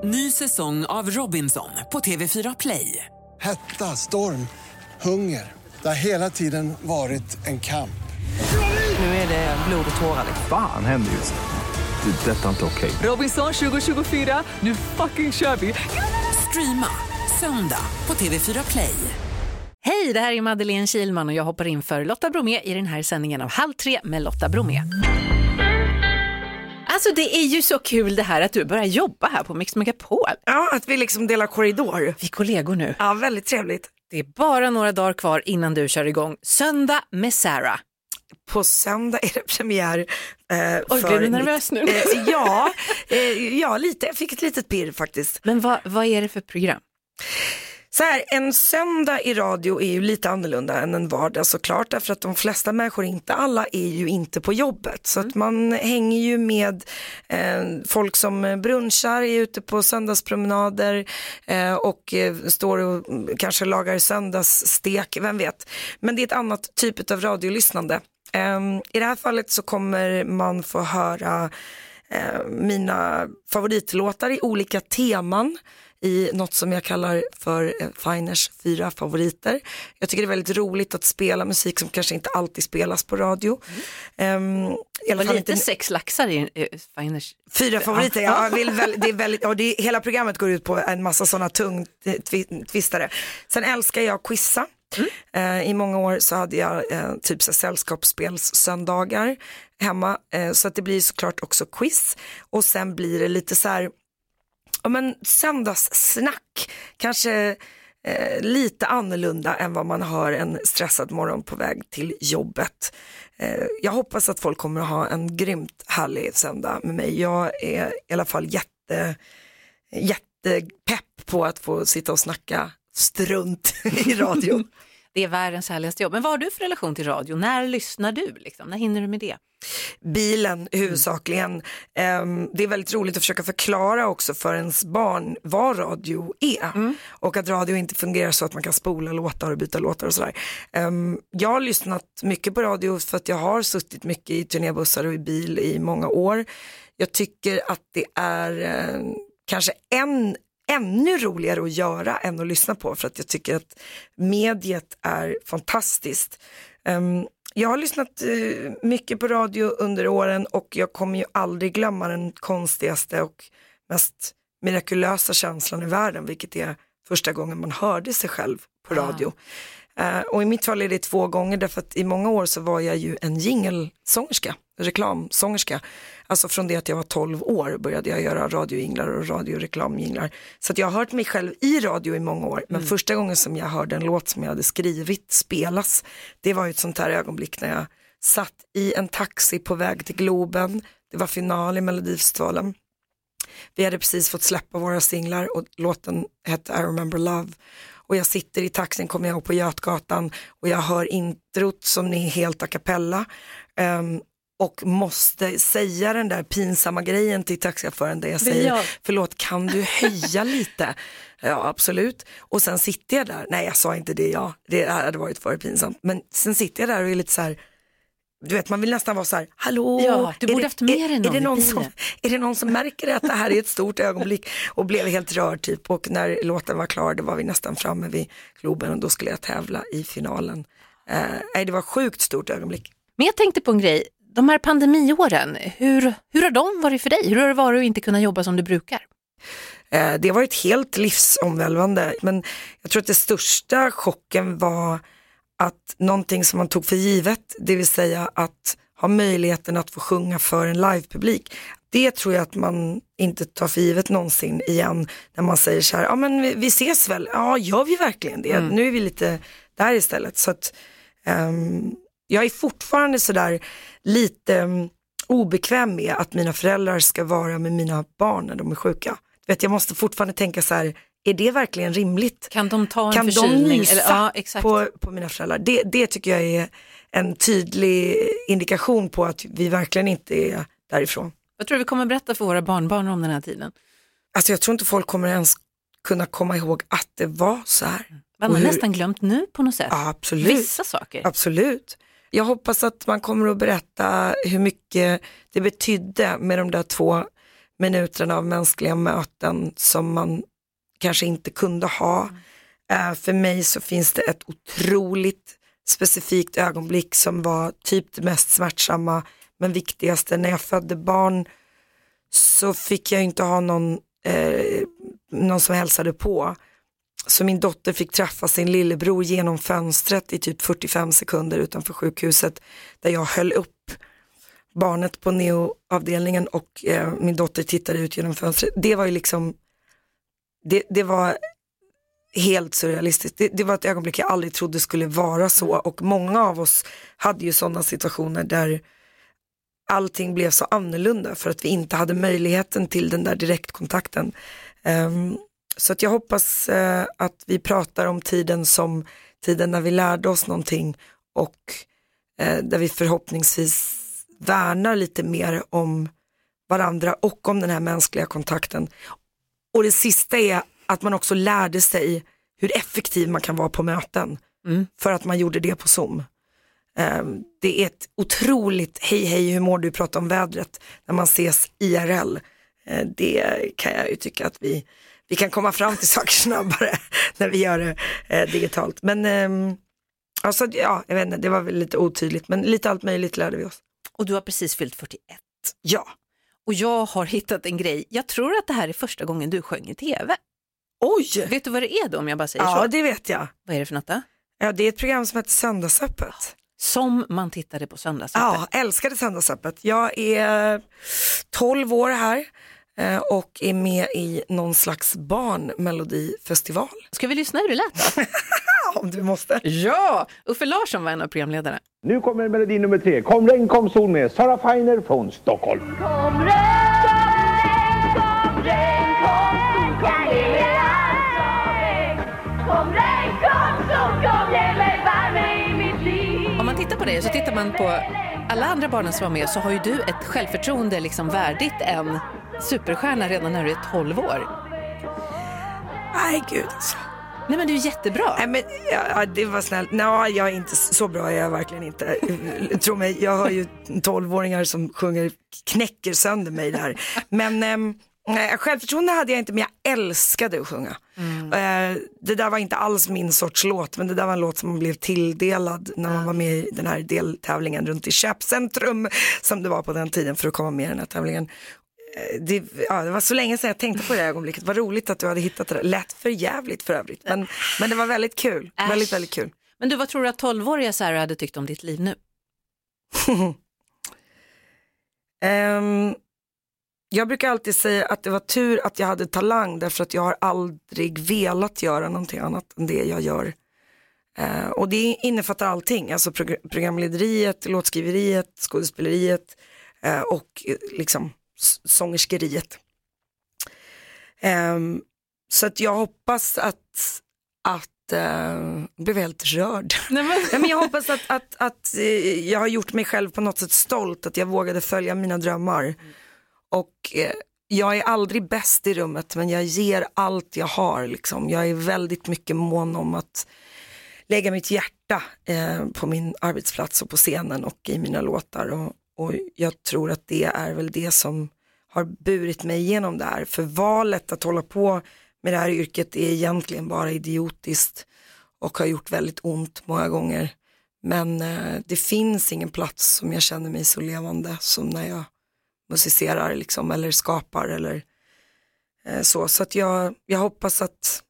Ny säsong av Robinson på TV4 Play. Hetta, storm, hunger. Det har hela tiden varit en kamp. Nu är det blod och tårar. Fan händer just nu. Det. Detta är inte okej. Robinson 2024, nu fucking kör vi. Streama söndag på TV4 Play. Hej, det här är Madeleine Kilman och jag hoppar in för Lotta Bromé i den här sändningen av Halv 3 med Lotta Bromé. Alltså det är ju så kul det här att du börjar jobba här på Mix Megapol. Ja, att vi liksom delar korridor. Vi är kollegor nu. Ja, väldigt trevligt. Det är bara några dagar kvar innan du kör igång Söndag med Sarah. På söndag är det premiär. Oj, blev du nervös nu? Ja, lite. Jag fick ett litet pirr faktiskt. Men vad är det för program? Så här, en söndag i radio är ju lite annorlunda än en vardag såklart, därför att de flesta människor, inte alla, är ju inte på jobbet. Så att man hänger ju med folk som brunchar, är ute på söndagspromenader och står och kanske lagar söndagsstek, vem vet. Men det är ett annat typ av radiolyssnande. I det här fallet så kommer man få höra mina favoritlåtar i olika teman, i något som jag kallar för Finers 4 favoriter. Jag tycker det är väldigt roligt att spela musik som kanske inte alltid spelas på radio. I alla fall lite inte 6 laxar i Finers 4 favoriter. Ja, det är väldigt, och hela programmet går ut på en massa sådana tung twistare. Sen älskar jag quizza. I många år så hade jag typ så sällskapsspelssöndagar hemma, så att det blir såklart också quiz. Och sen blir det lite så här, ja, men söndagssnack, kanske lite annorlunda än vad man har en stressad morgon på väg till jobbet. Jag hoppas att folk kommer att ha en grymt härlig söndag med mig. Jag är i alla fall jättepepp på att få sitta och snacka strunt i radio. Det är världens härligaste jobb. Men vad har du för relation till radio? När lyssnar du? Liksom? När hinner du med det? Bilen huvudsakligen. Det är väldigt roligt att försöka förklara också för ens barn vad radio är. Och att radio inte fungerar så att man kan spola låtar och byta låtar och sådär. Jag har lyssnat mycket på radio för att jag har suttit mycket i turnébussar och i bil i många år. Jag tycker att det är kanske ännu roligare att göra än att lyssna på, för att jag tycker att mediet är fantastiskt. Jag har lyssnat mycket på radio under åren och jag kommer ju aldrig glömma den konstigaste och mest mirakulösa känslan i världen, vilket är första gången man hörde sig själv på radio. Och i mitt fall är det 2 gånger, därför att i många år så var jag ju en jingelsångerska, reklamsångerska. Alltså från det att jag var 12 år började jag göra radiojinglar och radioreklamjinglar. Så att jag har hört mig själv i radio i många år. Men första gången som jag hörde en låt som jag hade skrivit spelas, det var ju ett sånt här ögonblick när jag satt i en taxi på väg till Globen. Det var final i Melodifestivalen. Vi hade precis fått släppa våra singlar och låten hette I Remember Love. Och jag sitter i taxin, kommer jag ihåg, på Götgatan, och jag hör introt som är helt a cappella. Och måste säga den där pinsamma grejen till taxichauffören där jag säger, förlåt, kan du höja lite? Ja, absolut. Och sen sitter jag där, nej jag sa inte det, det hade varit för pinsamt. Men sen sitter jag där och är lite så här, du vet, man vill nästan vara så här, hallå, ja, du borde haft mer än är det någon som märker att det här är ett stort ögonblick, och blev helt rörd typ. Och när låten var klar, då var vi nästan framme vid Globen och då skulle jag tävla i finalen. Det var sjukt stort ögonblick. Men jag tänkte på en grej, de här pandemiåren, hur har de varit för dig? Hur har det varit att inte kunna jobba som du brukar? Det har varit helt livsomvälvande, men jag tror att det största chocken var att någonting som man tog för givet, det vill säga att ha möjligheten att få sjunga för en livepublik, det tror jag att man inte tar för givet någonsin igen, när man säger så här, ja men vi ses väl, ja gör vi verkligen det, nu är vi lite där istället. Så att jag är fortfarande så där lite obekväm med att mina föräldrar ska vara med mina barn när de är sjuka. Jag måste fortfarande tänka så här, är det verkligen rimligt? Kan de ta en förkylning? Eller, ja, exakt. På mina föräldrar? Det tycker jag är en tydlig indikation på att vi verkligen inte är därifrån. Vad tror du vi kommer berätta för våra barnbarn om den här tiden? Alltså jag tror inte folk kommer ens kunna komma ihåg att det var så här. Man har nästan glömt nu på något sätt. Ja, absolut. Vissa saker. Absolut. Jag hoppas att man kommer att berätta hur mycket det betydde med de där 2 minuterna av mänskliga möten som man kanske inte kunde ha. För mig så finns det ett otroligt specifikt ögonblick som var typ det mest smärtsamma men viktigaste. När jag födde barn så fick jag inte ha någon som hälsade på. Så min dotter fick träffa sin lillebror genom fönstret i typ 45 sekunder utanför sjukhuset, där jag höll upp barnet på neoavdelningen och min dotter tittade ut genom fönstret. Det var ju liksom, det var helt surrealistiskt. Det var ett ögonblick jag aldrig trodde skulle vara så, och många av oss hade ju sådana situationer där allting blev så annorlunda för att vi inte hade möjligheten till den där direktkontakten. Så att jag hoppas att vi pratar om tiden som tiden när vi lärde oss någonting, och där vi förhoppningsvis värnar lite mer om varandra och om den här mänskliga kontakten. Och det sista är att man också lärde sig hur effektiv man kan vara på möten för att man gjorde det på Zoom. Det är ett otroligt hej hur mår du, prata om vädret när man ses IRL. Det kan jag ju tycka att vi kan komma fram till saker snabbare när vi gör det digitalt. Men alltså, ja, jag vet inte, det var väl lite otydligt, men lite allt möjligt lärde vi oss. Och du har precis fyllt 41. Ja. Och jag har hittat en grej. Jag tror att det här är första gången du sjöng i tv. Oj! Vet du vad det är då, om jag bara säger så? Ja, det vet jag. Vad är det för något då? Ja, det är ett program som heter Söndagsöppet. Som man tittade på Söndagsöppet. Ja, älskade Söndagsöppet. Jag är 12 år här och är med i någon slags barnmelodifestival. Ska vi lyssna hur det lät då? Om du måste. Ja, Uffe Larsson var en av programledarna. Nu kommer melodi nummer 3. Kom regn, kom sol med Sara Feiner från Stockholm. Kom regn, kom regn, kom sol, kom sol, ge mig värme i mitt liv. Om man tittar på det så tittar man på alla andra barnen som var med, så har ju du ett självförtroende liksom värdigt en superstjärna redan när du är 12 år. Nej, gud alltså. Nej, men du är jättebra. Nej, men ja, det var snällt. Nej, jag är inte så bra, jag är verkligen inte. Tro mig, jag har ju 12-åringar som sjunger, knäcker sönder mig där. Men självförtroende hade jag inte, men jag älskade att sjunga. Det där var inte alls min sorts låt, men det där var en låt som man blev tilldelad när man var med i den här deltävlingen runt i köpcentrum som det var på den tiden för att komma med i den här tävlingen. Det var så länge sedan jag tänkte på det ögonblicket. Vad roligt att du hade hittat det där. Lätt för jävligt för övrigt. Men det var väldigt kul. Väldigt, väldigt kul. Men du, vad tror du att 12-åriga Sarah hade tyckt om ditt liv nu? Jag brukar alltid säga att det var tur att jag hade talang, därför att jag har aldrig velat göra någonting annat än det jag gör. Och det innefattar allting. Alltså programlederiet, låtskriveriet, skådespeleriet och liksom sångerskeriet. Så att jag hoppas att jag blev helt rörd. Men jag hoppas att jag har gjort mig själv på något sätt stolt, att jag vågade följa mina drömmar. Och jag är aldrig bäst i rummet, men jag ger allt jag har liksom. Jag är väldigt mycket mån om att lägga mitt hjärta på min arbetsplats och på scenen och i mina låtar, och jag tror att det är väl det som har burit mig igenom det här. För valet att hålla på med det här yrket är egentligen bara idiotiskt och har gjort väldigt ont många gånger. Men det finns ingen plats som jag känner mig så levande som när jag musicerar liksom, eller skapar eller så. Så att jag hoppas att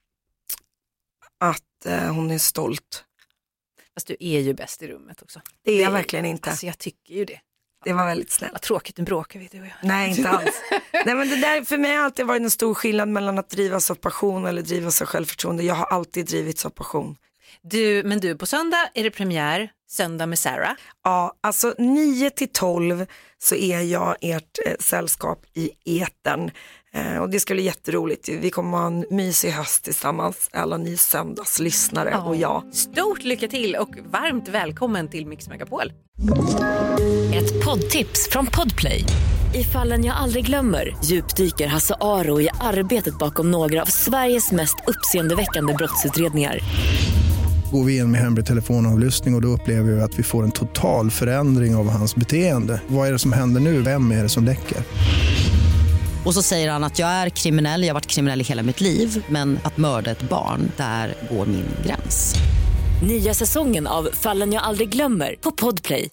hon är stolt. Fast du är ju bäst i rummet också. Det är jag verkligen inte. Alltså jag tycker ju det. Det var väldigt snällt. Vad tråkigt, nu bråkar vi, du och jag. Nej, inte alls. Nej, men det där för mig har alltid varit en stor skillnad mellan att drivas av passion eller drivas av självförtroende. Jag har alltid drivits av passion. Men du, på söndag är det premiär, Söndag med Sarah. Ja, alltså 9-12 så är jag ert sällskap i etern. Och det ska bli jätteroligt. Vi kommer ha en mysig höst tillsammans, alla ni söndagslyssnare och jag. Stort lycka till och varmt välkommen till Mix Megapol. Ett poddtips från Podplay. I Fallen jag aldrig glömmer djupdyker Hasse Aro i arbetet bakom några av Sveriges mest uppseendeväckande brottsutredningar. Går vi in med hemlig telefonavlyssning och då upplever vi att vi får en total förändring av hans beteende. Vad är det som händer nu? Vem är det som läcker? Och så säger han att jag är kriminell, jag har varit kriminell i hela mitt liv. Men att mörda ett barn, där går min gräns. Nya säsongen av Fallen jag aldrig glömmer på Podplay.